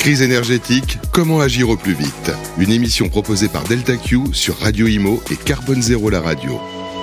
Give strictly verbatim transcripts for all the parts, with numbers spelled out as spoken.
Crise énergétique, comment agir au plus vite? Une émission proposée par Delta Q sur Radio Imo et Carbone Zéro la radio.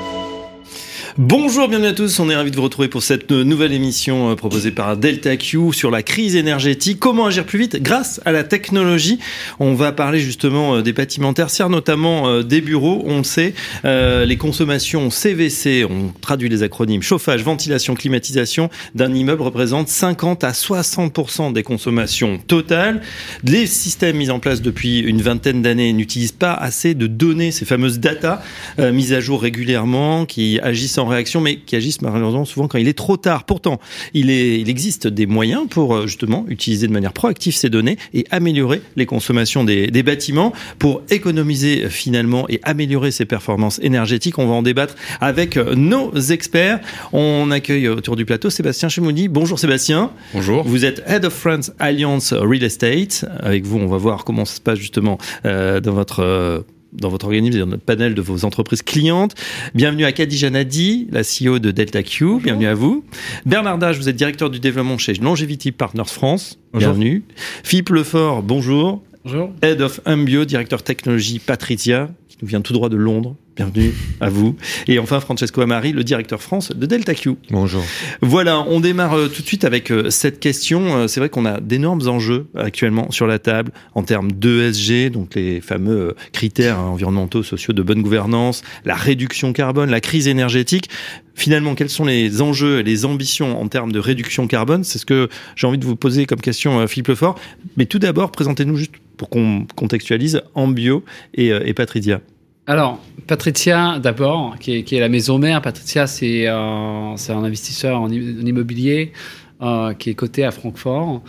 Bonjour, bienvenue à tous, on est ravis de vous retrouver pour cette nouvelle émission proposée par Delta Q sur la crise énergétique. Comment agir plus vite grâce à la technologie? On va parler justement des bâtiments tertiaires, notamment des bureaux. On le sait, euh, les consommations C V C, on traduit les acronymes, chauffage, ventilation, climatisation d'un immeuble représentent cinquante à soixante pour cent des consommations totales. Les systèmes mis en place depuis une vingtaine d'années n'utilisent pas assez de données, ces fameuses data euh, mises à jour régulièrement, qui agissent en réaction, mais qui agissent malheureusement souvent quand il est trop tard. Pourtant, il, est, il existe des moyens pour justement utiliser de manière proactive ces données et améliorer les consommations des, des bâtiments pour économiser finalement et améliorer ses performances énergétiques. On va en débattre avec nos experts. On accueille autour du plateau Sébastien Chemouni. Bonjour Sébastien. Bonjour. Vous êtes Head of France Alliance Real Estate. Avec vous, on va voir comment ça se passe justement euh, dans votre... Euh, dans votre organisme et dans notre panel de vos entreprises clientes. Bienvenue à Khadija Nadi, la C E O de Delta Q. Bonjour. Bienvenue à vous. Bernard Dage, vous êtes directeur du développement chez Longevity Partners France. Bonjour. Bienvenue. Philippe Lefort, bonjour. Bonjour. Head of Umbio, directeur technologie Patrizia, qui nous vient tout droit de Londres. Bienvenue à vous. Et enfin, Francesco Amari, le directeur France de Delta Q. Bonjour. Voilà, on démarre euh, tout de suite avec euh, cette question. Euh, c'est vrai qu'on a d'énormes enjeux actuellement sur la table en termes d'E S G, donc les fameux euh, critères hein, environnementaux, sociaux de bonne gouvernance, la réduction carbone, la crise énergétique. Finalement, quels sont les enjeux et les ambitions en termes de réduction carbone? C'est ce que j'ai envie de vous poser comme question, euh, Philippe Lefort. Mais tout d'abord, présentez-nous juste pour qu'on contextualise Umbio et, euh, et Patrizia. Alors, Patrizia, d'abord, qui est, qui est la maison mère. Patrizia, c'est, euh, c'est un investisseur en, en immobilier euh, qui est coté à Francfort,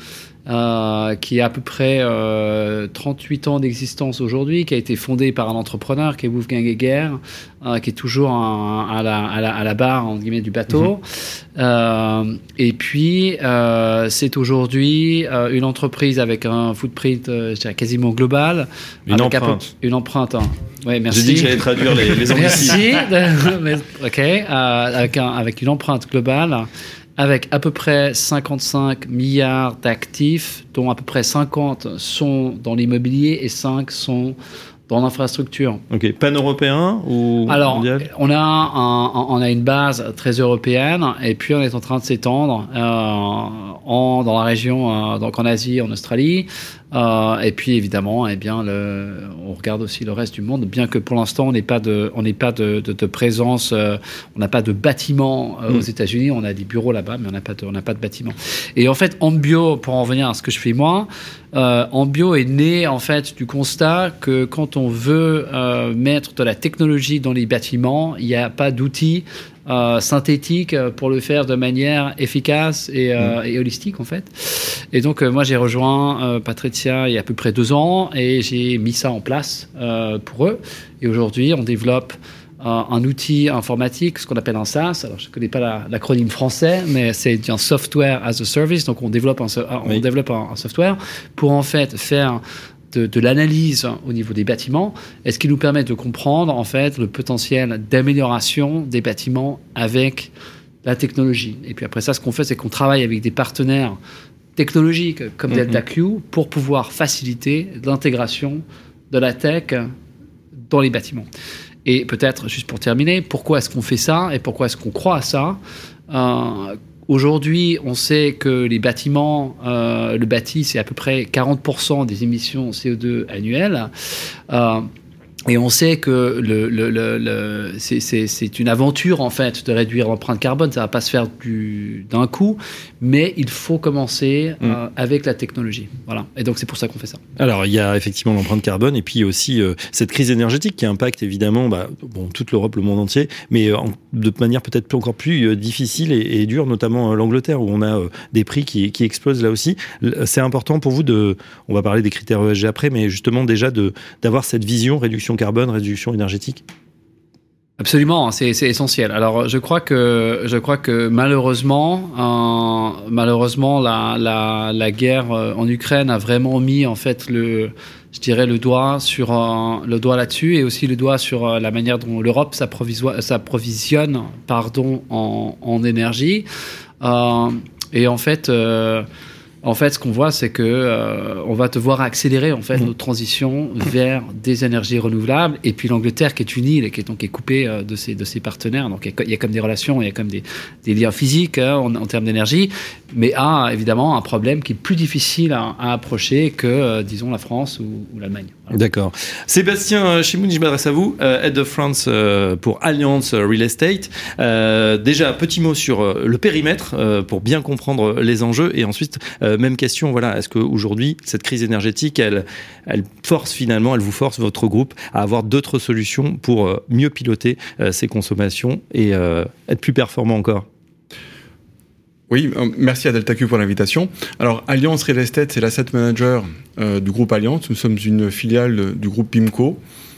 euh, qui a à peu près euh, trente-huit ans d'existence aujourd'hui, qui a été fondé par un entrepreneur qui est Wolfgang Egger, euh, qui est toujours un, à, la, à, la, à la barre entre guillemets, du bateau. Mmh. Euh, et puis, euh, c'est aujourd'hui euh, une entreprise avec un footprint euh, je dirais quasiment global. Une empreinte. Peu, une empreinte. Hein. Ouais, merci. J'ai dit que j'allais traduire les, les Merci. Ok. Euh, avec, un, avec une empreinte globale, avec à peu près cinquante-cinq milliards d'actifs, dont à peu près cinquante sont dans l'immobilier et cinq sont dans l'infrastructure. Ok. Pan-européen ou Alors, mondial? on a, un, on a une base très européenne et puis on est en train de s'étendre euh, en, dans la région, euh, donc en Asie, en Australie. Euh, et puis évidemment, eh bien, le, on regarde aussi le reste du monde, bien que pour l'instant on n'ait pas de, on n'ait pas de, de, de présence, euh, on n'a pas de bâtiment euh, mmh. aux États-Unis, on a des bureaux là-bas, mais on n'a pas de, on n'a pas de bâtiment. Et en fait, Umbio, pour en revenir à ce que je fais moi, euh, Umbio est né en fait du constat que quand on veut euh, mettre de la technologie dans les bâtiments, il n'y a pas d'outils Euh, synthétique pour le faire de manière efficace et, euh, mmh. et holistique en fait. Et donc euh, moi j'ai rejoint euh, Patrizia il y a à peu près deux ans et j'ai mis ça en place euh, pour eux. Et aujourd'hui on développe euh, un outil informatique, ce qu'on appelle un SaaS. Alors je ne connais pas la, l'acronyme français, mais c'est un software as a service. Donc on développe un, on oui. développe un, un software pour en fait faire De, de l'analyse au niveau des bâtiments, et ce qui nous permet de comprendre en fait le potentiel d'amélioration des bâtiments avec la technologie. Et puis après ça, ce qu'on fait, c'est qu'on travaille avec des partenaires technologiques comme mm-hmm. Delta Q pour pouvoir faciliter l'intégration de la tech dans les bâtiments. Et peut-être, juste pour terminer, pourquoi est-ce qu'on fait ça et pourquoi est-ce qu'on croit à ça? euh, Aujourd'hui, on sait que les bâtiments, euh, le bâti, c'est à peu près quarante pour cent des émissions C O deux annuelles. Euh, Et on sait que le, le, le, le, c'est, c'est, c'est une aventure, en fait, de réduire l'empreinte carbone. Ça ne va pas se faire du, d'un coup, mais il faut commencer mmh. euh, avec la technologie. Voilà. Et donc, c'est pour ça qu'on fait ça. Alors, il y a effectivement l'empreinte carbone et puis aussi euh, cette crise énergétique qui impacte évidemment bah, bon, toute l'Europe, le monde entier, mais en, de manière peut-être encore plus euh, difficile et, et dure, notamment euh, l'Angleterre, où on a euh, des prix qui, qui explosent là aussi. C'est important pour vous de... On va parler des critères E S G après, mais justement déjà de, d'avoir cette vision réduction carbone, réduction énergétique? Absolument, c'est, c'est essentiel. Alors, je crois que, je crois que malheureusement, euh, malheureusement, la, la, la guerre en Ukraine a vraiment mis en fait le, je dirais le doigt sur euh, le doigt là-dessus et aussi le doigt sur euh, la manière dont l'Europe s'approvisionne, pardon, en, en énergie. Euh, et en fait. Euh, En fait, ce qu'on voit, c'est que euh, on va devoir accélérer en fait Mmh. notre transition vers des énergies renouvelables. Et puis l'Angleterre, qui est une île et qui est donc est coupée euh, de ses de ses partenaires, donc il y, y a comme des relations, il y a comme des, des liens physiques hein, en, en termes d'énergie, mais a évidemment un problème qui est plus difficile à, à approcher que euh, disons la France ou, ou l'Allemagne. Voilà. D'accord. Sébastien Chimouni, je m'adresse à vous, euh, Head of France euh, pour Allianz Real Estate. Euh, déjà, petit mot sur euh, le périmètre euh, pour bien comprendre les enjeux, et ensuite euh, même question. Voilà, est-ce qu'aujourd'hui cette crise énergétique, elle, elle force finalement, elle vous force votre groupe à avoir d'autres solutions pour euh, mieux piloter euh, ses consommations et euh, être plus performant encore? Oui, merci à Delta Q pour l'invitation. Alors, Allianz Real Estate, c'est l'asset manager euh, du groupe Allianz. Nous sommes une filiale du groupe PIMCO.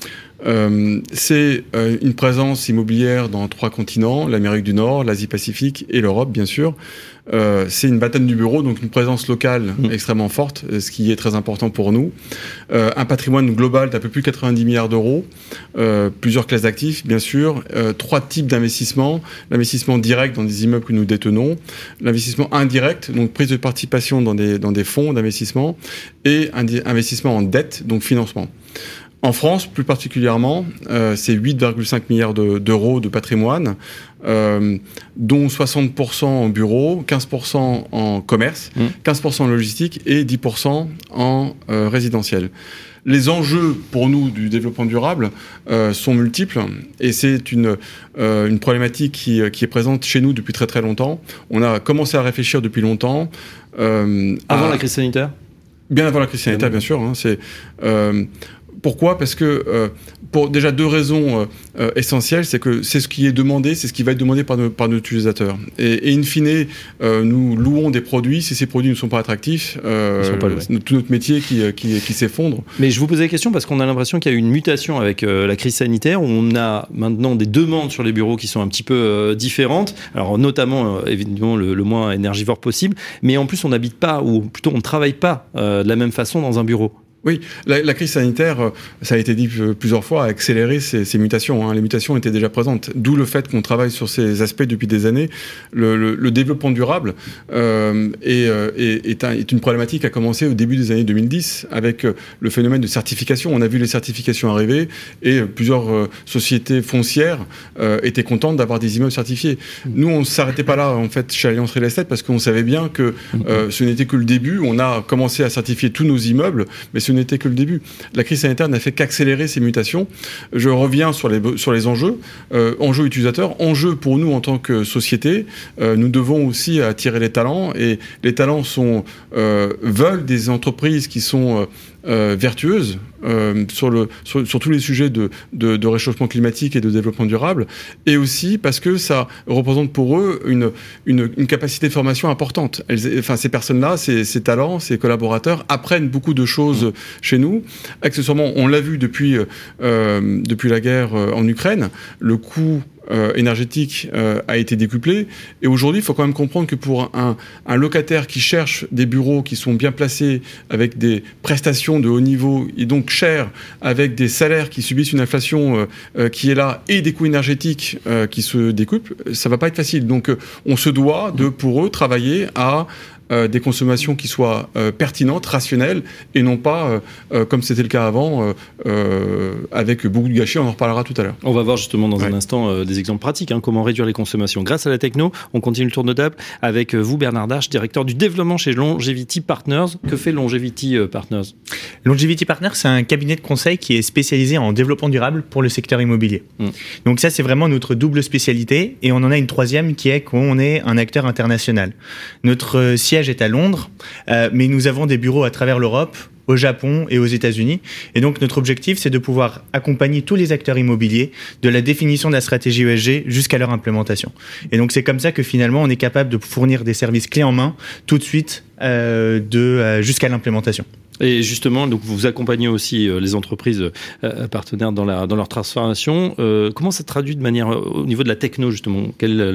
Euh, c'est euh, une présence immobilière dans trois continents, l'Amérique du Nord, l'Asie-Pacifique et l'Europe, bien sûr. Euh, c'est une vingtaine de bureaux, donc une présence locale mmh. extrêmement forte, ce qui est très important pour nous. Euh, un patrimoine global d'à peu plus quatre-vingt-dix milliards d'euros, euh, plusieurs classes d'actifs, bien sûr, euh, trois types d'investissements. L'investissement direct dans des immeubles que nous détenons, l'investissement indirect, donc prise de participation dans des, dans des fonds d'investissement, et un investissement en dette, donc financement. En France, plus particulièrement, euh, c'est huit virgule cinq milliards de, d'euros de patrimoine, euh, dont soixante pour cent en bureau, quinze pour cent en commerce, mmh. quinze pour cent en logistique et dix pour cent en euh, résidentiel. Les enjeux pour nous du développement durable euh, sont multiples, et c'est une, euh, une problématique qui, qui est présente chez nous depuis très très longtemps. On a commencé à réfléchir depuis longtemps. Euh, avant à... la crise sanitaire ? Bien avant la crise sanitaire, bien sûr. Hein, c'est... Euh, Pourquoi ? Parce que, euh, pour déjà deux raisons euh, essentielles, c'est que c'est ce qui est demandé, c'est ce qui va être demandé par nos, par nos utilisateurs. Et, et in fine, euh, nous louons des produits, si ces produits ne sont pas attractifs, euh, sont pas c'est tout notre métier qui, qui, qui s'effondre. Mais je vous posais la question parce qu'on a l'impression qu'il y a eu une mutation avec euh, la crise sanitaire, où on a maintenant des demandes sur les bureaux qui sont un petit peu euh, différentes, alors notamment, euh, évidemment, le, le moins énergivore possible, mais en plus on n'habite pas, ou plutôt on ne travaille pas euh, de la même façon dans un bureau. Oui, la, la crise sanitaire, ça a été dit plusieurs fois, a accéléré ces, ces mutations. Hein. Les mutations étaient déjà présentes, d'où le fait qu'on travaille sur ces aspects depuis des années. Le, le, le développement durable euh, est, est, est, un, est une problématique qui a commencé au début des années deux mille dix avec le phénomène de certification. On a vu les certifications arriver et plusieurs euh, sociétés foncières euh, étaient contentes d'avoir des immeubles certifiés. Nous, on ne s'arrêtait pas là, en fait, chez Allianz Real Estate, parce qu'on savait bien que euh, ce n'était que le début. On a commencé à certifier tous nos immeubles, mais ce n'était que le début. La crise sanitaire n'a fait qu'accélérer ces mutations. Je reviens sur les, sur les enjeux. Euh, enjeux utilisateurs, enjeux pour nous en tant que société. Euh, nous devons aussi attirer les talents, et les talents sont, euh, veulent des entreprises qui sont euh, Euh, vertueuses euh, sur, le, sur, sur tous les sujets de, de, de réchauffement climatique et de développement durable, et aussi parce que ça représente pour eux une, une, une capacité de formation importante. Elles, enfin, ces personnes-là, ces, ces talents, ces collaborateurs apprennent beaucoup de choses mmh. chez nous. Accessoirement, on l'a vu depuis, euh, depuis la guerre en Ukraine, le coût Euh, énergétique euh, a été décuplé, et aujourd'hui il faut quand même comprendre que pour un, un locataire qui cherche des bureaux qui sont bien placés avec des prestations de haut niveau et donc chers, avec des salaires qui subissent une inflation euh, euh, qui est là, et des coûts énergétiques euh, qui se décuplent, ça va pas être facile. Donc euh, on se doit de pour eux travailler à Euh, des consommations qui soient euh, pertinentes, rationnelles, et non pas euh, euh, comme c'était le cas avant, euh, euh, avec beaucoup de gâchis. On en reparlera tout à l'heure. On va voir justement dans ouais. un instant euh, des exemples pratiques, hein, comment réduire les consommations grâce à la techno. On continue le tour de table avec vous, Bernard Darche, directeur du développement chez Longevity Partners. Que fait Longevity Partners ? Longevity Partners, c'est un cabinet de conseil qui est spécialisé en développement durable pour le secteur immobilier. Mmh. Donc ça, c'est vraiment notre double spécialité, et on en a une troisième qui est qu'on est un acteur international. Notre siège est à Londres, euh, mais nous avons des bureaux à travers l'Europe, au Japon et aux États-Unis. Et donc, notre objectif, c'est de pouvoir accompagner tous les acteurs immobiliers de la définition de la stratégie E S G jusqu'à leur implémentation. Et donc, c'est comme ça que finalement, on est capable de fournir des services clés en main tout de suite euh, de, euh, jusqu'à l'implémentation. Et justement, donc vous accompagnez aussi euh, les entreprises euh, partenaires dans, la, dans leur transformation. Euh, comment ça se traduit de manière euh, au niveau de la techno, justement ? Quelle, la,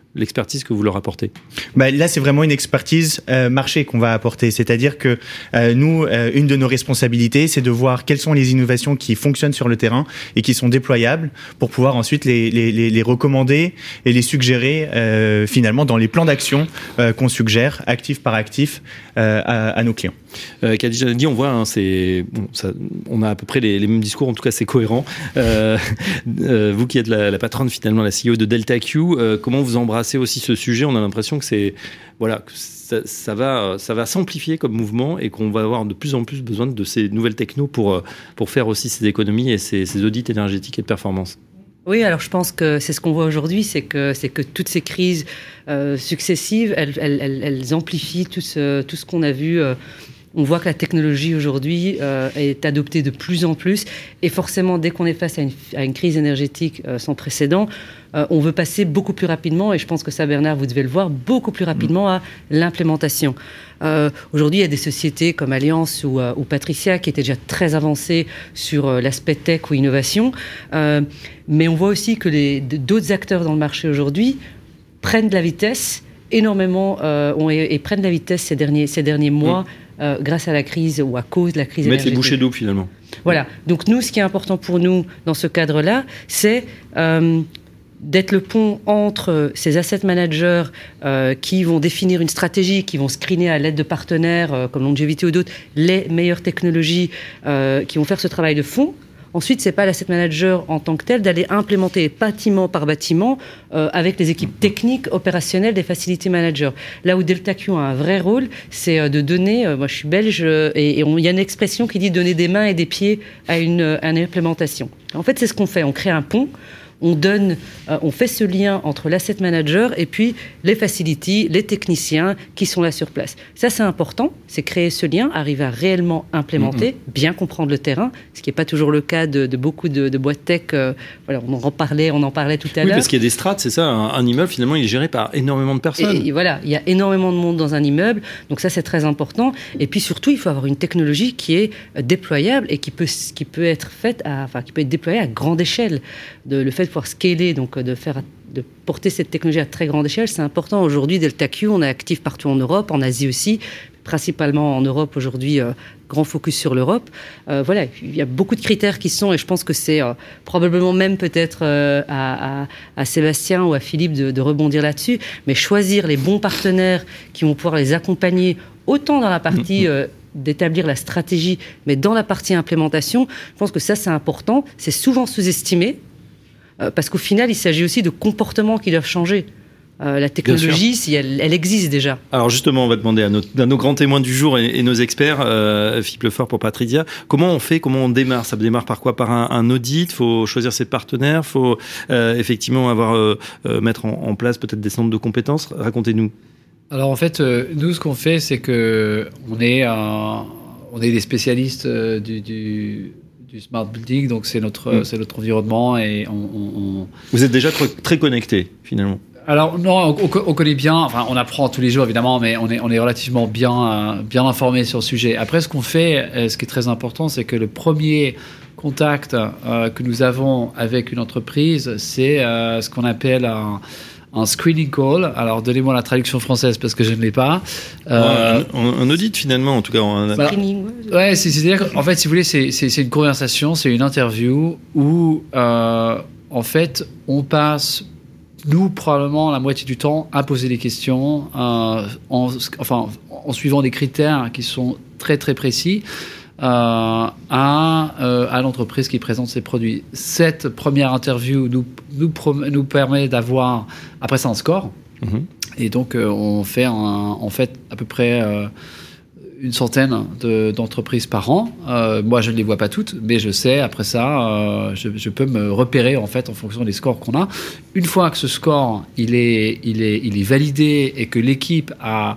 l'expertise que vous leur apportez? Bah, là, c'est vraiment une expertise euh, marché qu'on va apporter. C'est-à-dire que euh, nous, euh, une de nos responsabilités, c'est de voir quelles sont les innovations qui fonctionnent sur le terrain et qui sont déployables pour pouvoir ensuite les, les, les, les recommander et les suggérer euh, finalement dans les plans d'action euh, qu'on suggère, actif par actif, euh, à, à nos clients. Euh, Khadija dit, on voit, hein, c'est, bon, ça, on a à peu près les, les mêmes discours, en tout cas c'est cohérent. Euh, euh, vous qui êtes la, la patronne finalement, la C E O de DeltaQ, euh, comment vous embrassez aussi ce sujet? On a l'impression que c'est, voilà, que ça, ça va, ça va s'amplifier comme mouvement et qu'on va avoir de plus en plus besoin de ces nouvelles technos pour pour faire aussi ces économies et ces, ces audits énergétiques et de performance. Oui, alors je pense que c'est ce qu'on voit aujourd'hui, c'est que, c'est que toutes ces crises euh, successives, elles, elles, elles, elles amplifient tout ce, tout ce qu'on a vu. Euh, on voit que la technologie aujourd'hui euh, est adoptée de plus en plus et forcément, dès qu'on est face à une, à une crise énergétique euh, sans précédent, euh, on veut passer beaucoup plus rapidement, et je pense que ça, Bernard, vous devez le voir, beaucoup plus rapidement à l'implémentation. Euh, aujourd'hui, il y a des sociétés comme Allianz ou, euh, ou Patricia qui étaient déjà très avancées sur euh, l'aspect tech ou innovation, euh, mais on voit aussi que les, d'autres acteurs dans le marché aujourd'hui prennent de la vitesse énormément euh, ont, et, et prennent de la vitesse ces derniers, ces derniers mois. Mmh. Euh, grâce à la crise ou à cause de la crise énergétique. Mettre les bouchées énergétique. d'eau finalement. Voilà. Donc nous, ce qui est important pour nous dans ce cadre-là, c'est euh, d'être le pont entre ces asset managers euh, qui vont définir une stratégie, qui vont screener à l'aide de partenaires euh, comme Longevity ou d'autres les meilleures technologies euh, qui vont faire ce travail de fond. Ensuite, c'est pas l'asset manager en tant que tel d'aller implémenter bâtiment par bâtiment euh, avec les équipes techniques, opérationnelles des facility managers. Là où DeltaQ a un vrai rôle, c'est euh, de donner, euh, moi je suis belge, euh, et il y a une expression qui dit donner des mains et des pieds à une, à une implémentation. En fait, c'est ce qu'on fait, on crée un pont. On donne, euh, on fait ce lien entre l'asset manager et puis les facilities, les techniciens qui sont là sur place. Ça, c'est important, c'est créer ce lien, arriver à réellement implémenter, mm-hmm. bien comprendre le terrain, ce qui n'est pas toujours le cas de, de beaucoup de, de boîtes tech. Euh, voilà, on en parlait, on en parlait tout à oui, l'heure. Parce qu'il y a des strates, c'est ça. Un, un immeuble, finalement, il est géré par énormément de personnes. Et, et voilà, il y a énormément de monde dans un immeuble, donc ça, c'est très important. Et puis surtout, il faut avoir une technologie qui est déployable et qui peut, qui peut être faite, à, enfin, qui peut être déployée à grande échelle. De, le fait de pouvoir scaler, donc de faire, de porter cette technologie à très grande échelle, c'est important. Aujourd'hui, DeltaQ, on est actif partout en Europe, en Asie aussi, principalement en Europe aujourd'hui, euh, grand focus sur l'Europe. Euh, voilà, il y a beaucoup de critères qui sont, et je pense que c'est euh, probablement même peut-être euh, à, à, à Sébastien ou à Philippe de, de rebondir là-dessus, mais choisir les bons partenaires qui vont pouvoir les accompagner autant dans la partie euh, d'établir la stratégie, mais dans la partie implémentation, je pense que ça, c'est important. C'est souvent sous-estimé, euh, parce qu'au final, il s'agit aussi de comportements qui doivent changer. Euh, la technologie, si elle, elle existe déjà. Alors justement, on va demander à nos, à nos grands témoins du jour et, et nos experts, euh, Philippe Lefort pour Patricia, comment on fait, comment on démarre? Ça démarre par quoi? Par un, un audit? Il faut choisir ses partenaires? Il faut euh, effectivement avoir, euh, euh, mettre en, en place peut-être des centres de compétences? Racontez-nous. Alors en fait, euh, nous, ce qu'on fait, c'est que on est, euh, on est des spécialistes euh, du, du, du smart building, donc c'est notre, mmh. c'est notre environnement et on, on, on... Vous êtes déjà très, très connectés, finalement. Alors non, on, on connaît bien, enfin on apprend tous les jours évidemment, mais on est, on est relativement bien, euh, bien informé sur le sujet. Après, ce qu'on fait, euh, ce qui est très important, c'est que le premier contact euh, que nous avons avec une entreprise, c'est euh, ce qu'on appelle un... un screening call. Alors, donnez-moi la traduction française parce que je ne l'ai pas. Euh, un, un audit, finalement, en tout cas. Un... Voilà. Ouais, c'est, c'est-à-dire qu'en fait, si vous voulez, c'est, c'est, c'est une conversation, c'est une interview où, euh, en fait, on passe, nous, probablement, la moitié du temps, à poser des questions, euh, en, enfin, en suivant des critères qui sont très, très précis. Euh, à, euh, à l'entreprise qui présente ses produits. Cette première interview nous, nous, prom- nous permet d'avoir, après ça, un score. Mmh. Et donc, euh, on fait un, en fait à peu près euh, une centaine de, d'entreprises par an. Euh, moi, je ne les vois pas toutes, mais je sais, après ça, euh, je, je peux me repérer en fait en fonction des scores qu'on a. Une fois que ce score, il est, il est, il est validé et que l'équipe a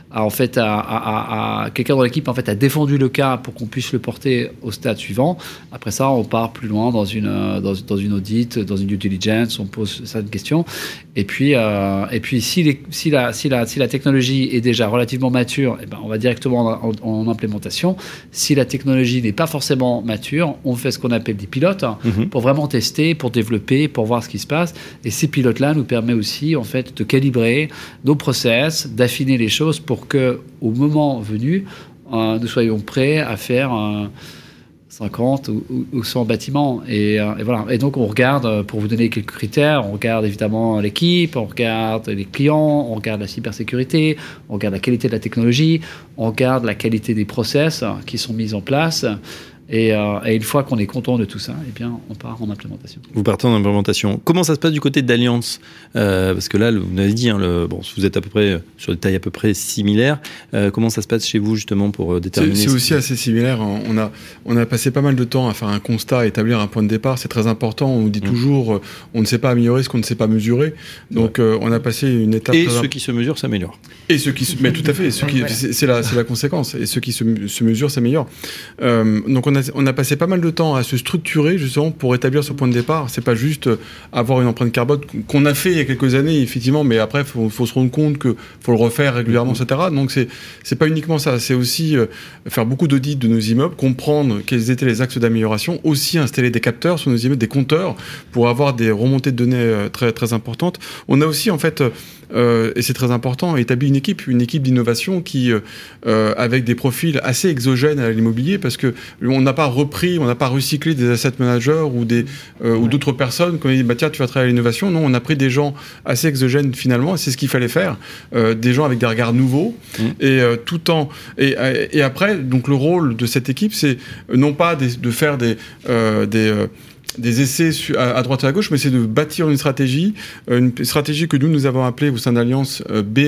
a en fait, a, a, a, a quelqu'un dans l'équipe en fait a défendu le cas pour qu'on puisse le porter au stade suivant. Après ça, on part plus loin dans une dans, dans une audit, dans une due diligence, on pose certaines questions. Et puis euh, et puis si les, si la si la si la technologie est déjà relativement mature, eh ben on va directement en, en, en implémentation. Si la technologie n'est pas forcément mature, on fait ce qu'on appelle des pilotes mm-hmm. pour vraiment tester, pour développer, pour voir ce qui se passe. Et ces pilotes-là nous permettent aussi en fait de calibrer nos process, d'affiner les choses pour que au moment venu, euh, nous soyons prêts à faire euh, cinquante ou, ou cent bâtiments. Et, euh, et voilà. Et donc on regarde, pour vous donner quelques critères, on regarde évidemment l'équipe, on regarde les clients, on regarde la cybersécurité, on regarde la qualité de la technologie, on regarde la qualité des process qui sont mis en place. Et, euh, et une fois qu'on est content de tout ça, eh bien, on part en implémentation. Vous partez en implémentation. Comment ça se passe du côté d'Allianz ? euh, Parce que là, vous m'avez dit, hein, le, bon, vous êtes à peu près sur des tailles à peu près similaires. Euh, comment ça se passe chez vous justement pour déterminer ? C'est, c'est aussi assez similaire. On a, on a passé pas mal de temps à faire un constat, à établir un point de départ. C'est très important. On nous dit mmh. toujours, euh, on ne sait pas améliorer ce qu'on ne sait pas mesurer. Donc, ouais. euh, on a passé une étape. Et ceux qui se mesurent s'améliorent. Et ceux qui, se, mais tout à fait. Ceux qui, c'est, c'est la, c'est la conséquence. Et ceux qui se, se mesurent s'améliorent. Euh, donc, on a On a passé pas mal de temps à se structurer justement pour établir ce point de départ. C'est pas juste avoir une empreinte carbone qu'on a fait il y a quelques années effectivement, mais après faut, faut se rendre compte que faut le refaire régulièrement, et cetera. Donc c'est c'est pas uniquement ça. C'est aussi euh, faire beaucoup d'audits de nos immeubles, comprendre quels étaient les axes d'amélioration, aussi installer des capteurs sur nos immeubles, des compteurs pour avoir des remontées de données euh, très très importantes. On a aussi en fait euh, et c'est très important, établi une équipe, une équipe d'innovation qui euh, avec des profils assez exogènes à l'immobilier parce que on n'a pas repris, on n'a pas recyclé des asset managers ou, des, euh, ouais. ou d'autres personnes qui ont dit bah, tiens, tu vas travailler à l'innovation. Non, on a pris des gens assez exogènes finalement, et c'est ce qu'il fallait faire. Euh, des gens avec des regards nouveaux. Mmh. Et euh, tout en. Et, et après, donc, le rôle de cette équipe, c'est non pas des, de faire des. Euh, des euh, des essais à droite et à gauche, mais c'est de bâtir une stratégie, une stratégie que nous, nous avons appelée au sein d'Allianz B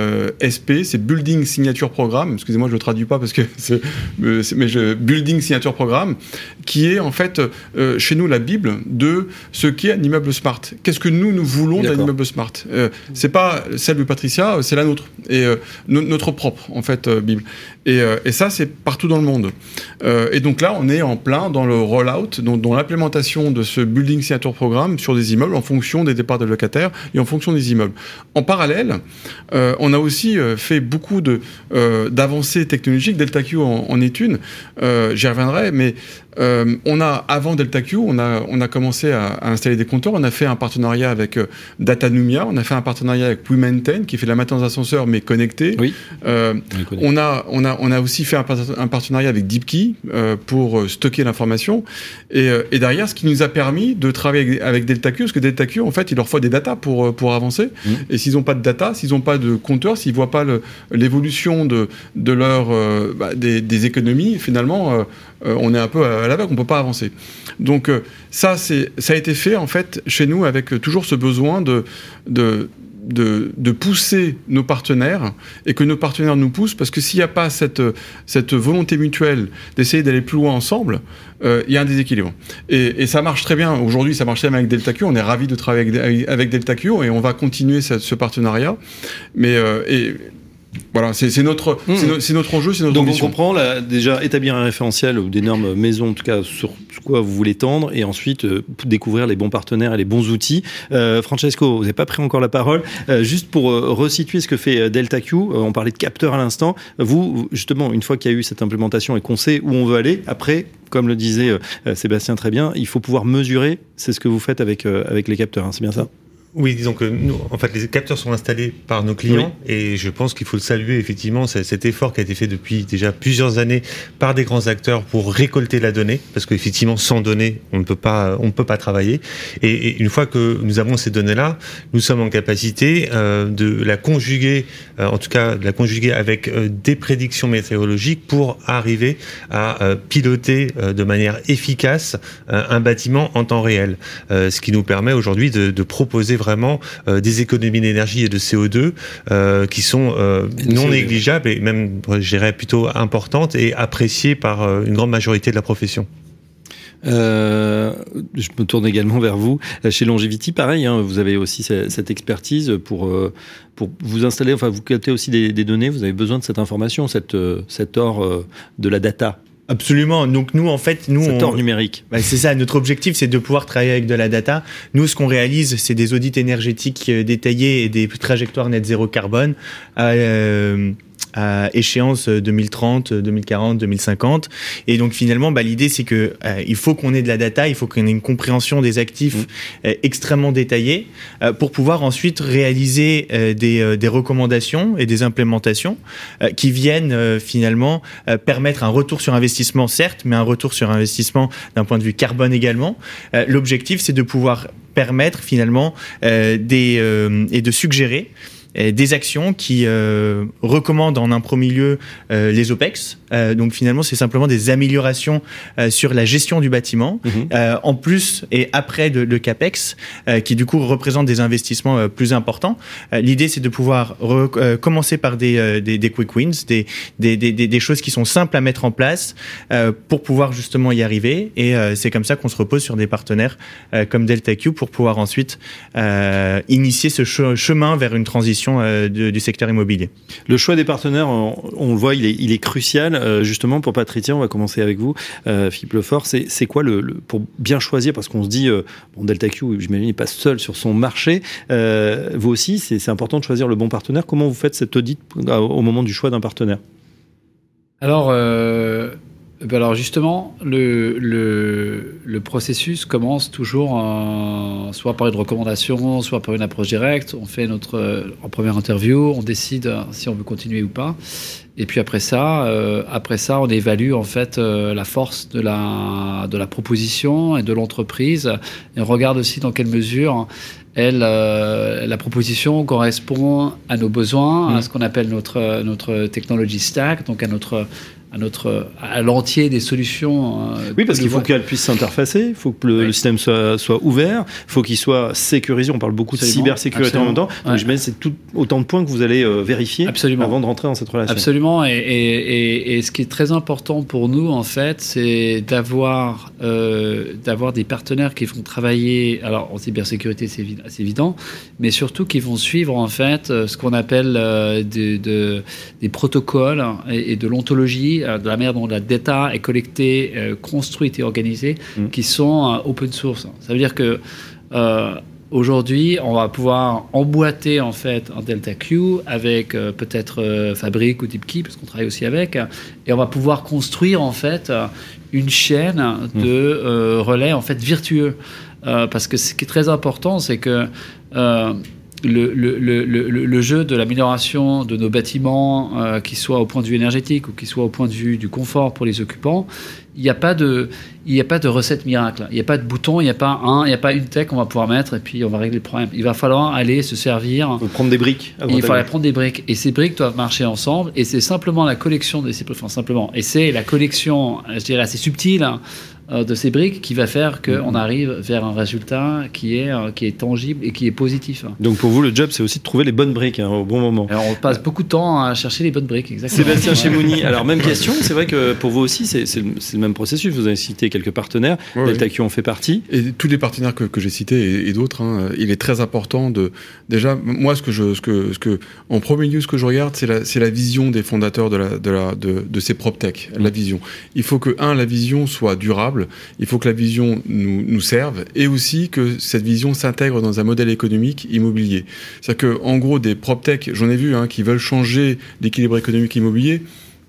S P, c'est Building Signature Programme, excusez-moi, je ne le traduis pas parce que c'est, mais je, Building Signature Programme, qui est en fait euh, chez nous la Bible de ce qu'est un immeuble smart. Qu'est-ce que nous, nous voulons D'accord. d'un immeuble smart euh, c'est pas celle de Patricia, c'est la nôtre, et euh, no- notre propre, en fait, euh, Bible. Et, euh, et ça, c'est partout dans le monde. Euh, et donc là, on est en plein dans le rollout, dans, dans l'implémentation de ce Building Signature Programme sur des immeubles en fonction des départs de locataires et en fonction des immeubles. En parallèle, euh, on a aussi euh, fait beaucoup de, euh, d'avancées technologiques. DeltaQ en, en est une. Euh, j'y reviendrai, mais euh, on a, avant DeltaQ, on a, on a commencé à, à installer des compteurs. On a fait un partenariat avec euh, Datanumia. On a fait un partenariat avec WeMaintain, qui fait de la maintenance d'ascenseurs, mais connectée. Oui. Euh, on, a, on, a, on a aussi fait un, un partenariat avec DeepKey euh, pour stocker l'information. Et, et derrière, ce qui nous a permis de travailler avec DeltaQ, parce que DeltaQ, en fait, il leur faut des datas pour, pour avancer. Mmh. Et s'ils n'ont pas de data, s'ils n'ont pas de compteur, s'ils ne voient pas le, l'évolution de, de leur, euh, bah, des, des économies, finalement, euh, euh, on est un peu à l'aveugle, on ne peut pas avancer. Donc euh, ça, c'est, ça a été fait, en fait, chez nous, avec toujours ce besoin de... de De, de pousser nos partenaires et que nos partenaires nous poussent, parce que s'il n'y a pas cette, cette volonté mutuelle d'essayer d'aller plus loin ensemble, euh, il y a un déséquilibre. Et, et ça marche très bien. Aujourd'hui, ça marche très bien avec DeltaQ. On est ravis de travailler avec, avec DeltaQ et on va continuer ce, ce partenariat. Mais euh, et, voilà, c'est, c'est, notre, mmh. c'est, no, c'est notre enjeu, c'est notre Donc ambition. Donc on comprend, là, déjà établir un référentiel ou des normes maison, en tout cas sur, sur quoi vous voulez tendre, et ensuite euh, découvrir les bons partenaires et les bons outils. Euh, Francesco, vous n'avez pas pris encore la parole. Euh, juste pour euh, resituer ce que fait euh, DeltaQ, euh, on parlait de capteurs à l'instant. Vous, justement, une fois qu'il y a eu cette implémentation et qu'on sait où on veut aller, après, comme le disait euh, Sébastien très bien, il faut pouvoir mesurer. C'est ce que vous faites avec, euh, avec les capteurs, hein, c'est bien ça ? Oui, disons que nous, en fait, les capteurs sont installés par nos clients, oui. Et je pense qu'il faut le saluer, effectivement, c'est cet effort qui a été fait depuis déjà plusieurs années par des grands acteurs pour récolter la donnée, parce qu'effectivement, sans données, on ne peut pas, on ne peut pas travailler. Et, et une fois que nous avons ces données-là, nous sommes en capacité euh, de la conjuguer, euh, en tout cas, de la conjuguer avec euh, des prédictions météorologiques pour arriver à euh, piloter euh, de manière efficace euh, un bâtiment en temps réel, euh, ce qui nous permet aujourd'hui de, de proposer vraiment euh, des économies d'énergie et de C O deux euh, qui sont euh, non négligeables et même, je dirais, plutôt importantes et appréciées par euh, une grande majorité de la profession. Euh, je me tourne également vers vous. Chez Longevity, pareil, hein, vous avez aussi cette expertise pour, euh, pour vous installer, enfin vous captez aussi des, des données, vous avez besoin de cette information, cette, cet or euh, de la data. Absolument. Donc nous, en fait, nous, cet on... or numérique. Bah, c'est ça. Notre objectif, c'est de pouvoir travailler avec de la data. Nous, ce qu'on réalise, c'est des audits énergétiques détaillés et des trajectoires net zéro carbone. Euh, à échéance deux mille trente, deux mille quarante, deux mille cinquante. Et donc finalement, bah, l'idée c'est que euh, il faut qu'on ait de la data, il faut qu'on ait une compréhension des actifs mmh. euh, extrêmement détaillée euh, pour pouvoir ensuite réaliser euh, des, euh, des recommandations et des implémentations euh, qui viennent euh, finalement euh, permettre un retour sur investissement certes, mais un retour sur investissement d'un point de vue carbone également. Euh, l'objectif c'est de pouvoir permettre finalement euh, des, euh, et de suggérer des actions qui euh, recommandent en un premier lieu euh, les OPEX. Euh, donc finalement, c'est simplement des améliorations euh, sur la gestion du bâtiment, mmh. euh, en plus et après de, le CAPEX, euh, qui du coup représentent des investissements euh, plus importants. Euh, l'idée, c'est de pouvoir re- euh, commencer par des, euh, des, des quick wins, des, des, des, des choses qui sont simples à mettre en place euh, pour pouvoir justement y arriver. Et euh, c'est comme ça qu'on se repose sur des partenaires euh, comme DeltaQ pour pouvoir ensuite euh, initier ce che- chemin vers une transition De, du secteur immobilier. Le choix des partenaires, on, on le voit, il est, il est crucial. Euh, justement, pour Patricia, on va commencer avec vous, euh, Philippe Lefort. C'est, c'est quoi le, le pour bien choisir, parce qu'on se dit, euh, bon, DeltaQ, j'imagine, n'est pas seul sur son marché. Euh, vous aussi, c'est, c'est important de choisir le bon partenaire. Comment vous faites cet audit au moment du choix d'un partenaire ? Alors. Euh... Alors justement, le, le, le processus commence toujours euh, soit par une recommandation, soit par une approche directe. On fait notre euh, en première interview, on décide si on veut continuer ou pas. Et puis après ça, euh, après ça, on évalue en fait euh, la force de la de la proposition et de l'entreprise. Et on regarde aussi dans quelle mesure elle, euh, la proposition correspond à nos besoins, mmh. à ce qu'on appelle notre notre technology stack, donc à notre à notre à l'entier des solutions. Euh, oui, parce qu'il faut voit. qu'elle puisse s'interfacer, il faut que le, oui. le système soit, soit ouvert, il faut qu'il soit sécurisé. On parle beaucoup absolument, de cybersécurité absolument. en même temps. Donc ouais. j'imagine c'est tout autant de points que vous allez euh, vérifier absolument. avant de rentrer dans cette relation. Absolument. Et, et, et, et ce qui est très important pour nous, en fait, c'est d'avoir euh, d'avoir des partenaires qui vont travailler. Alors en cybersécurité, c'est évident, c'est évident, mais surtout qui vont suivre en fait ce qu'on appelle euh, de, de, des protocoles et, et de l'ontologie, de la manière dont la data est collectée, euh, construite et organisée, mmh. qui sont euh, open source. Ça veut dire que euh, aujourd'hui, on va pouvoir emboîter en fait un DeltaQ avec euh, peut-être euh, Fabric ou DeepKey, parce qu'on travaille aussi avec, et on va pouvoir construire en fait une chaîne de euh, relais en fait vertueux. Euh, parce que ce qui est très important, c'est que euh, Le, le, le, le, le jeu de l'amélioration de nos bâtiments, euh, qu'ils soient au point de vue énergétique ou qu'ils soient au point de vue du confort pour les occupants, il n'y a pas de, il n'y a pas de recette miracle. Il n'y a pas de bouton, il n'y a pas un, il n'y a pas une tech qu'on va pouvoir mettre et puis on va régler le problème. Il va falloir aller se servir. Il faut prendre des briques. Il va falloir prendre des briques et ces briques doivent marcher ensemble et c'est simplement la collection de ces, enfin simplement, et c'est la collection, je dirais assez subtile, hein, de ces briques qui va faire qu'on arrive vers un résultat qui est, qui est tangible et qui est positif. Donc pour vous, le job, c'est aussi de trouver les bonnes briques hein, au bon moment. Alors on passe beaucoup de temps à chercher les bonnes briques, exactement. Sébastien Chemouni, alors même question, c'est vrai que pour vous aussi, c'est, c'est, le, c'est le même processus. Vous avez cité quelques partenaires, oui, DeltaQ oui. en fait partie. Et tous les partenaires que, que j'ai cités et, et d'autres, hein, il est très important de... Déjà, moi, ce que je, ce que, ce que, en premier lieu, ce que je regarde, c'est la, c'est la vision des fondateurs de, la, de, la, de, de ces PropTech, mmh. la vision. Il faut que, un, la vision soit durable, il faut que la vision nous, nous serve et aussi que cette vision s'intègre dans un modèle économique immobilier. C'est-à-dire qu'en gros, des PropTech, j'en ai vu, hein, qui veulent changer l'équilibre économique immobilier.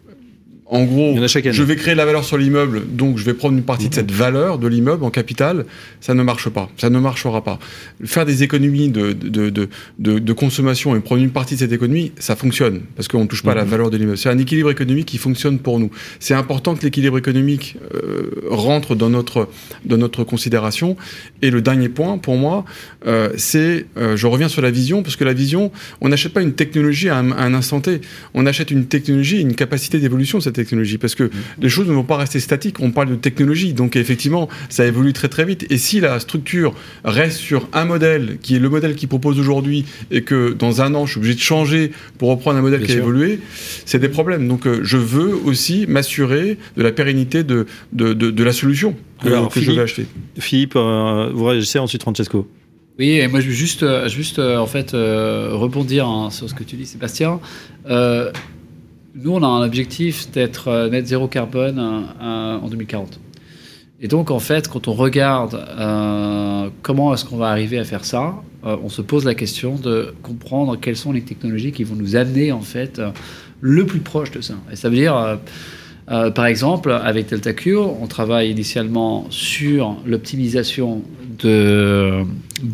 En gros, je vais créer de la valeur sur l'immeuble, donc je vais prendre une partie mmh. de cette valeur de l'immeuble en capital. Ça ne marche pas. Ça ne marchera pas. Faire des économies de, de, de, de, de consommation et prendre une partie de cette économie, ça fonctionne parce qu'on ne touche pas mmh. à la valeur de l'immeuble. C'est un équilibre économique qui fonctionne pour nous. C'est important que l'équilibre économique euh, rentre dans notre, dans notre considération. Et le dernier point, pour moi, euh, c'est, euh, je reviens sur la vision, parce que la vision, on n'achète pas une technologie à un, à un instant T. On achète une technologie et une capacité d'évolution de cette technologie, parce que mmh. les choses ne vont pas rester statiques. On parle de technologie, donc effectivement, ça évolue très très vite. Et si la structure reste sur un modèle qui est le modèle qu'il propose aujourd'hui et que dans un an, je suis obligé de changer pour reprendre un modèle Bien qui sûr. a évolué, c'est des problèmes. Donc euh, je veux aussi m'assurer de la pérennité de, de, de, de la solution. que, Alors, que Philippe, je vais acheter. Philippe, euh, vous réagissez, ensuite Francesco. Oui, et moi je veux juste, euh, juste euh, en fait euh, rebondir hein, sur ce que tu dis, Sébastien. Euh, nous, on a un objectif d'être euh, net zéro carbone euh, en deux mille quarante. Et donc, en fait, quand on regarde euh, comment est-ce qu'on va arriver à faire ça, euh, on se pose la question de comprendre quelles sont les technologies qui vont nous amener en fait euh, le plus proche de ça. Et ça veut dire euh, Euh, par exemple, avec DeltaQ, on travaille initialement sur l'optimisation de,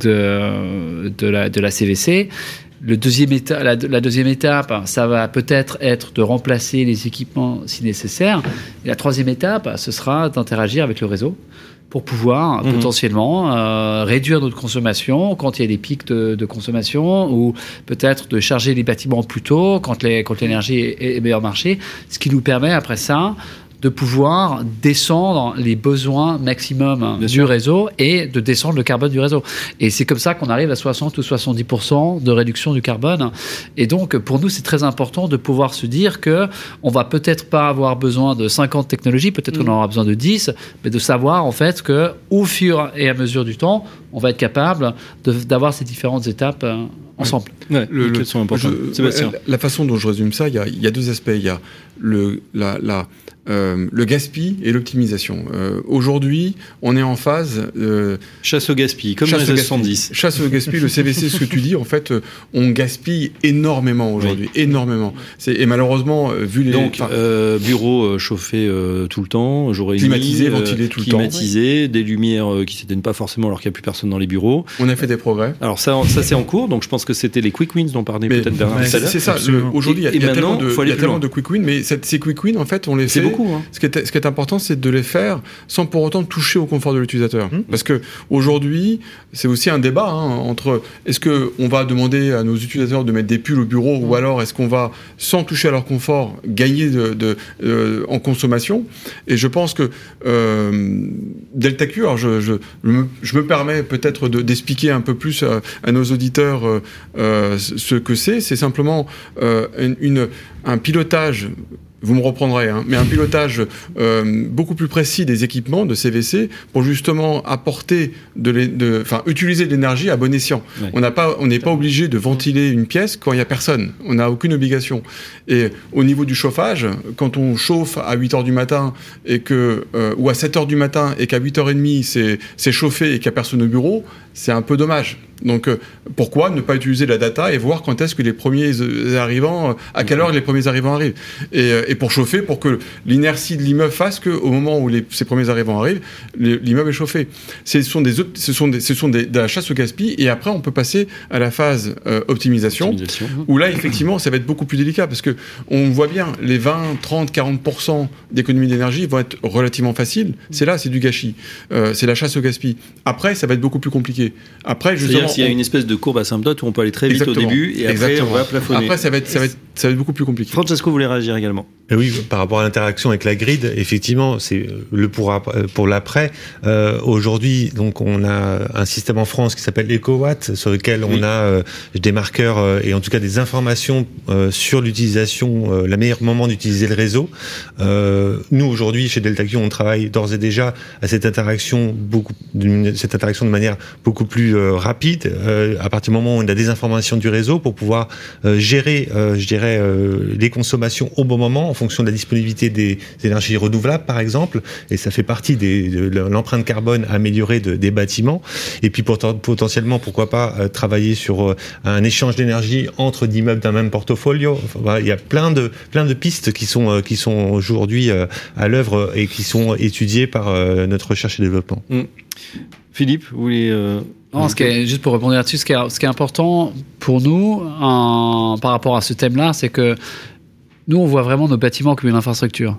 de, de, la, de la C V C. Le deuxième éta- la, la deuxième étape, ça va peut-être être de remplacer les équipements si nécessaire. Et la troisième étape, ce sera d'interagir avec le réseau pour pouvoir mmh. potentiellement euh, réduire notre consommation quand il y a des pics de, de consommation, ou peut-être de charger les bâtiments plus tôt quand, les, quand l'énergie est, est meilleur marché, ce qui nous permet après ça de pouvoir descendre les besoins maximum Bien du sûr. réseau et de descendre le carbone du réseau. Et c'est comme ça qu'on arrive à soixante ou soixante-dix pour cent de réduction du carbone. Et donc, pour nous, c'est très important de pouvoir se dire qu'on va peut-être pas avoir besoin de cinquante technologies, peut-être mmh. qu'on aura besoin de dix, mais de savoir en fait qu'au fur et à mesure du temps, on va être capable de, d'avoir ces différentes étapes euh, ensemble. Ouais, le, le, sont importants. Je, Sébastien. La façon dont je résume ça, il y a, il y a deux aspects. Il y a le, la, la, euh, le gaspille et l'optimisation. Euh, aujourd'hui, on est en phase... Euh, chasse au gaspille, comme dans les années soixante-dix. Chasse au gaspille, le C V C, ce que tu dis, en fait, on gaspille énormément aujourd'hui. Oui. Énormément. C'est, et malheureusement, vu les... Donc, euh, bureau euh, chauffé euh, tout le temps, jour et nuit. Climatisé, euh, ventilé tout climatisé, le temps. Climatisé, des lumières euh, qui ne s'éteignent pas forcément alors qu'il n'y a plus personne dans les bureaux. On a fait des progrès. Alors ça, ça c'est en cours, donc je pense que c'était les quick wins dont parlait mais, peut-être Bernard. C'est, c'est ça. Le, aujourd'hui, il y a, y a tellement, de, y a tellement de quick wins, mais cette, ces quick wins, en fait, on les c'est fait... beaucoup. Hein. Ce, qui est, ce qui est important, c'est de les faire sans pour autant toucher au confort de l'utilisateur. Mmh. Parce que aujourd'hui, c'est aussi un débat hein, entre est-ce que on va demander à nos utilisateurs de mettre des pulls au bureau mmh. ou alors est-ce qu'on va, sans toucher à leur confort, gagner de, de, euh, en consommation. Et je pense que euh, DeltaQ, alors je, je, je, me, je me permets peut-être de, d'expliquer un peu plus à, à nos auditeurs euh, euh, ce que c'est. C'est simplement euh, une, une, un pilotage. Vous me reprendrez, hein, mais un pilotage euh, beaucoup plus précis des équipements de C V C pour justement apporter de, l'é- de enfin utiliser de l'énergie à bon escient. Ouais. On n'a pas, on n'est pas obligé de ventiler une pièce quand il y a personne. On n'a aucune obligation. Et au niveau du chauffage, quand on chauffe à huit heures du matin et que euh, ou à sept heures du matin et qu'à huit heures trente c'est c'est chauffé et qu'il y a personne au bureau, c'est un peu dommage. Donc euh, pourquoi ne pas utiliser la data et voir quand est-ce que les premiers arrivants, à quelle heure les premiers arrivants arrivent, et, et pour chauffer, pour que l'inertie de l'immeuble fasse qu'au moment où les, ces premiers arrivants arrivent, l'immeuble est chauffé. Ce sont des, ce sont des, ce sont des, de la chasse au gaspille, et après on peut passer à la phase euh, optimisation, optimisation, où là effectivement ça va être beaucoup plus délicat parce que on voit bien les vingt, trente, quarante pour cent d'économie d'énergie vont être relativement faciles. C'est là, c'est du gâchis, euh, c'est la chasse au gaspille. Après, ça va être beaucoup plus compliqué. Après, justement, il y a une espèce de courbe asymptote où on peut aller très vite Exactement. au début et après Exactement. on va plafonner. Après, ça va être, ça va être, ça va être beaucoup plus compliqué. Francesco voulait réagir également. Et oui, par rapport à l'interaction avec la grid, effectivement, c'est le pour, pour l'après. Euh, aujourd'hui, donc, on a un système en France qui s'appelle EcoWatt, sur lequel oui. on a euh, des marqueurs euh, et en tout cas des informations euh, sur l'utilisation, euh, le meilleur moment d'utiliser le réseau. Euh, nous, aujourd'hui, chez DeltaQ, on travaille d'ores et déjà à cette interaction, beaucoup, cette interaction de manière beaucoup plus euh, rapide, euh, à partir du moment où on a des informations du réseau pour pouvoir euh, gérer, euh, je dirais, euh, les consommations au bon moment, en fonction de la disponibilité des énergies renouvelables, par exemple, et ça fait partie des, de l'empreinte carbone améliorée de, des bâtiments. Et puis potentiellement, pourquoi pas euh, travailler sur euh, un échange d'énergie entre d'immeubles d'un même portfolio. Enfin, voilà, il y a plein de plein de pistes qui sont euh, qui sont aujourd'hui euh, à l'œuvre et qui sont étudiées par euh, notre recherche et développement. Mmh. Philippe, vous voulez euh... Non, ce qui est, juste pour répondre là-dessus, ce qui est, ce qui est important pour nous en, par rapport à ce thème-là, c'est que nous, on voit vraiment nos bâtiments comme une infrastructure.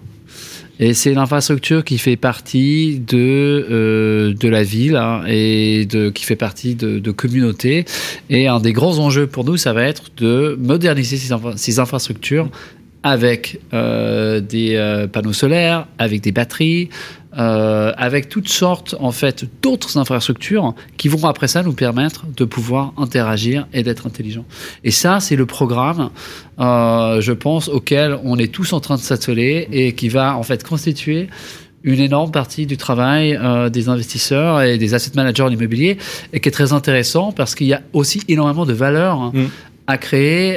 Et c'est l'infrastructure qui fait partie de, euh, de la ville hein, et de, qui fait partie de, de communautés. Et un des grands enjeux pour nous, ça va être de moderniser ces, infra- ces infrastructures avec euh, des euh, panneaux solaires, avec des batteries, euh, avec toutes sortes en fait d'autres infrastructures qui vont après ça nous permettre de pouvoir interagir et d'être intelligents. Et ça, c'est le programme, euh, je pense, auquel on est tous en train de s'atteler et qui va en fait constituer une énorme partie du travail euh, des investisseurs et des asset managers en immobilier, et qui est très intéressant parce qu'il y a aussi énormément de valeur mmh. à créer,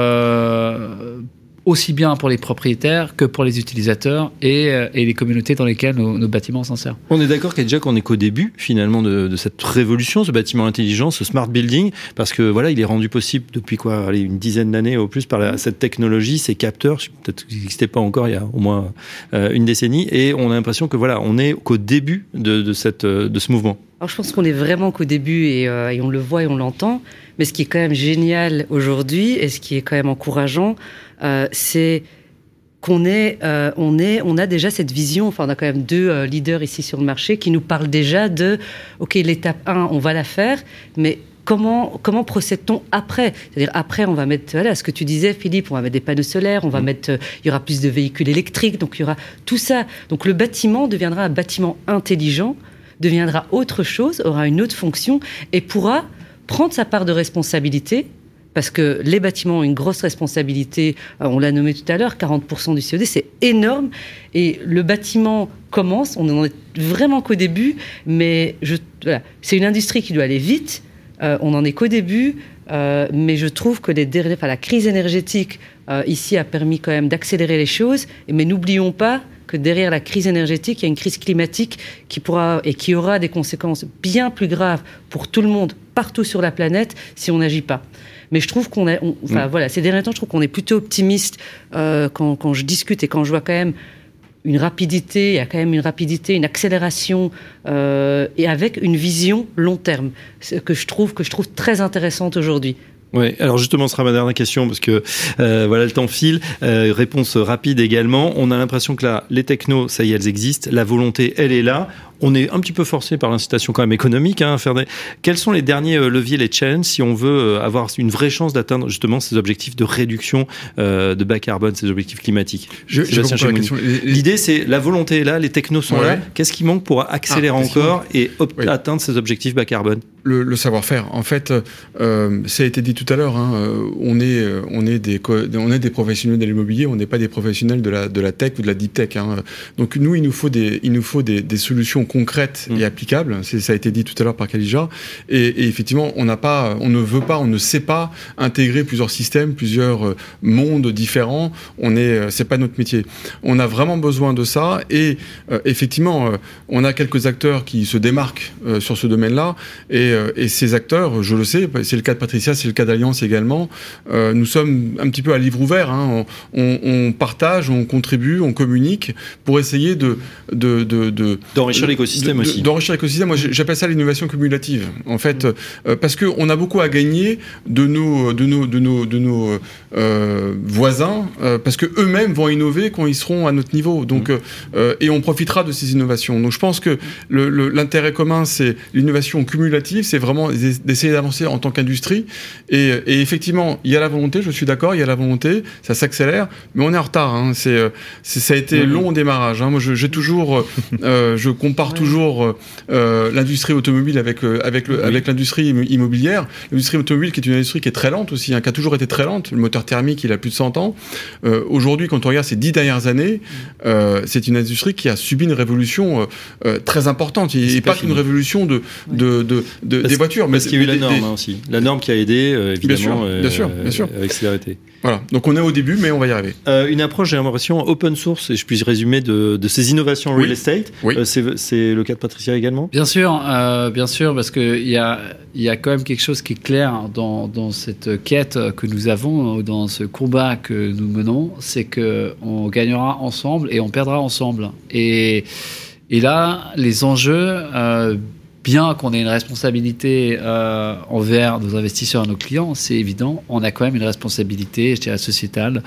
euh, aussi bien pour les propriétaires que pour les utilisateurs et, et les communautés dans lesquelles nos, nos bâtiments s'en servent. On est d'accord déjà qu'on est qu'au début finalement de, de cette révolution, ce bâtiment intelligent, ce smart building, parce que voilà, il est rendu possible depuis quoi, allez, une dizaine d'années au plus par la, cette technologie, ces capteurs, peut-être qu'ils n'existaient pas encore il y a au moins euh, une décennie, et on a l'impression que voilà, on est qu'au début de, de, cette, de ce mouvement. Alors je pense qu'on est vraiment qu'au début et, euh, et on le voit et on l'entend, mais ce qui est quand même génial aujourd'hui et ce qui est quand même encourageant, euh, c'est qu'on est, euh, on est, on a déjà cette vision. Enfin, on a quand même deux euh, leaders ici sur le marché qui nous parlent déjà de, ok, l'étape un, on va la faire, mais comment comment procède-t-on après ? C'est-à-dire après, on va mettre, voilà, ce que tu disais, Philippe, on va mettre des panneaux solaires, on va mmh. mettre, euh, il y aura plus de véhicules électriques, donc il y aura tout ça. Donc le bâtiment deviendra un bâtiment intelligent, deviendra autre chose, aura une autre fonction et pourra prendre sa part de responsabilité, parce que les bâtiments ont une grosse responsabilité, on l'a nommé tout à l'heure, quarante pour cent du C O deux, c'est énorme, et le bâtiment commence, on n'en est vraiment qu'au début, mais je, voilà, c'est une industrie qui doit aller vite, euh, on n'en est qu'au début, euh, mais je trouve que les, enfin, la crise énergétique euh, ici a permis quand même d'accélérer les choses, mais n'oublions pas que derrière la crise énergétique, il y a une crise climatique qui pourra et qui aura des conséquences bien plus graves pour tout le monde, partout sur la planète, si on n'agit pas. Mais je trouve qu'on a, on, enfin mmh. voilà, ces derniers temps, je trouve qu'on est plutôt optimiste euh, quand, quand je discute et quand je vois quand même une rapidité, il y a quand même une rapidité, une accélération euh, et avec une vision long terme que je trouve que je trouve très intéressante aujourd'hui. Oui, alors justement, ce sera ma dernière question parce que euh, voilà, le temps file. Euh, réponse rapide également. On a l'impression que là, les technos, ça y est, elles existent. La volonté, elle est là. On est un petit peu forcé par l'incitation quand même économique hein, à faire des... Quels sont les derniers euh, leviers, les challenges, si on veut euh, avoir une vraie chance d'atteindre justement ces objectifs de réduction euh, de bas carbone, ces objectifs climatiques? je, je la question. L'idée, c'est la volonté est là, les technos sont ouais. là. Qu'est-ce qui manque pour accélérer ah, encore et op- oui. atteindre ces objectifs bas carbone? Le, le savoir-faire. En fait, euh, ça a été dit tout à l'heure. Hein, on est, on est des, on est des professionnels de l'immobilier. On n'est pas des professionnels de la, de la tech ou de la deep tech. Hein. Donc nous, il nous faut des, il nous faut des, des solutions concrètes mmh. et applicables. C'est, ça a été dit tout à l'heure par Khadija. Et, et effectivement, on n'a pas, on ne veut pas, on ne sait pas intégrer plusieurs systèmes, plusieurs mondes différents. On est, c'est pas notre métier. On a vraiment besoin de ça. Et euh, effectivement, euh, on a quelques acteurs qui se démarquent euh, sur ce domaine-là. Et Et ces acteurs, je le sais, c'est le cas de Patricia, c'est le cas d'Alliance également, euh, nous sommes un petit peu à livre ouvert, hein. on, on, on partage, on contribue, on communique pour essayer de... de, de, de d'enrichir l'écosystème de, de, aussi. D'enrichir l'écosystème, moi j'appelle ça l'innovation cumulative, en fait, euh, parce qu'on a beaucoup à gagner de nos, de nos, de nos, de nos euh, voisins, euh, parce qu'eux-mêmes vont innover quand ils seront à notre niveau, donc, mmh. euh, et on profitera de ces innovations. Donc je pense que le, le, l'intérêt commun, c'est l'innovation cumulative, c'est vraiment d'essayer d'avancer en tant qu'industrie. Et, et effectivement, il y a la volonté, je suis d'accord, il y a la volonté, ça s'accélère, mais on est en retard. Hein. C'est, c'est, ça a été mmh. long au démarrage. Hein. Moi, je, j'ai toujours, euh, je compare ouais. toujours euh, l'industrie automobile avec, euh, avec, le, oui. avec l'industrie immobilière. L'industrie automobile, qui est une industrie qui est très lente aussi, hein, qui a toujours été très lente. Le moteur thermique, il a plus de cent ans. Euh, aujourd'hui, quand on regarde ces dix dernières années, euh, c'est une industrie qui a subi une révolution euh, très importante. Et, et pas qu'une révolution de, oui. de, de, de parce, des voitures, mais parce qu'il y a eu la norme des... hein, aussi, la norme qui a aidé euh, évidemment, bien sûr, bien sûr, bien sûr. avec célérité. Voilà, donc on est au début, mais on va y arriver. Euh, une approche, j'ai l'impression, open source, et je puis résumer de, de ces innovations oui. real estate. Oui. Euh, c'est, c'est le cas de Patricia également. Bien sûr, euh, bien sûr, parce que il y a, il y a quand même quelque chose qui est clair dans, dans cette quête que nous avons, dans ce combat que nous menons, c'est que on gagnera ensemble et on perdra ensemble. Et et là, les enjeux. Euh, Bien qu'on ait une responsabilité euh, envers nos investisseurs et nos clients, c'est évident, on a quand même une responsabilité, je dirais, sociétale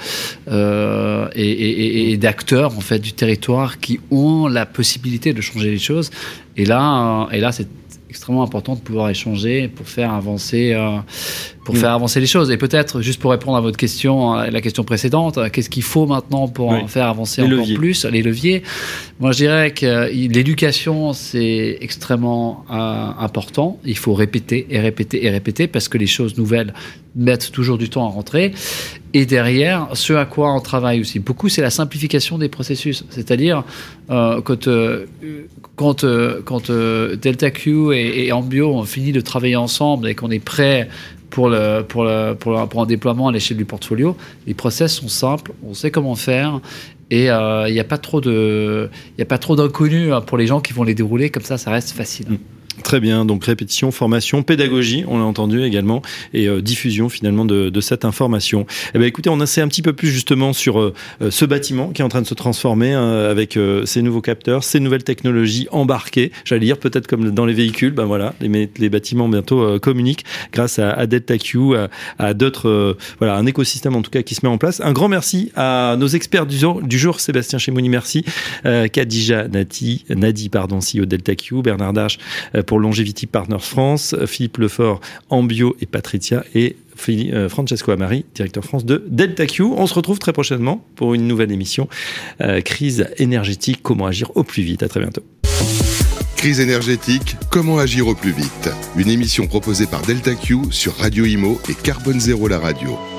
euh, et, et, et d'acteurs en fait du territoire qui ont la possibilité de changer les choses. Et là, euh, et là, c'est extrêmement important de pouvoir échanger pour faire avancer, euh, pour mmh. faire avancer les choses. Et peut-être, juste pour répondre à votre question, la question précédente, qu'est-ce qu'il faut maintenant pour oui. faire avancer les encore leviers. plus les leviers? Moi, je dirais que l'éducation, c'est extrêmement euh, important. Il faut répéter et répéter et répéter parce que les choses nouvelles mettent toujours du temps à rentrer. Et derrière, ce à quoi on travaille aussi beaucoup, c'est la simplification des processus. C'est-à-dire, euh, quand, euh, quand, euh, quand euh, DeltaQ et, et Ambio ont fini de travailler ensemble et qu'on est prêt pour, le, pour, le, pour, le, pour un déploiement à l'échelle du portfolio, les process sont simples, on sait comment faire. Et il euh, n'y a pas trop de, il y a pas trop d'inconnus pour les gens qui vont les dérouler. Comme ça, ça reste facile. Mmh. Très bien, donc répétition, formation, pédagogie, on l'a entendu également, et euh, diffusion finalement de, de cette information. Eh bien, écoutez, on sait un petit peu plus justement sur euh, ce bâtiment qui est en train de se transformer euh, avec euh, ces nouveaux capteurs, ces nouvelles technologies embarquées. J'allais dire peut-être comme dans les véhicules, ben voilà, les, les bâtiments bientôt euh, communiquent grâce à, à DeltaQ, à, à d'autres, euh, voilà, un écosystème en tout cas qui se met en place. Un grand merci à nos experts du jour, du jour Sébastien Chemouni, merci, euh, Khadija Nadi, Nadi, pardon, C E O DeltaQ, Bernard Darche euh, pour Longevity Partners France, Philippe Lefort, Ambio et Patricia et Francesco Amari, directeur France de DeltaQ. On se retrouve très prochainement pour une nouvelle émission euh, Crise énergétique, comment agir au plus vite. À très bientôt. Crise énergétique, comment agir au plus vite. Une émission proposée par DeltaQ sur Radio Imo et Carbone Zéro la radio.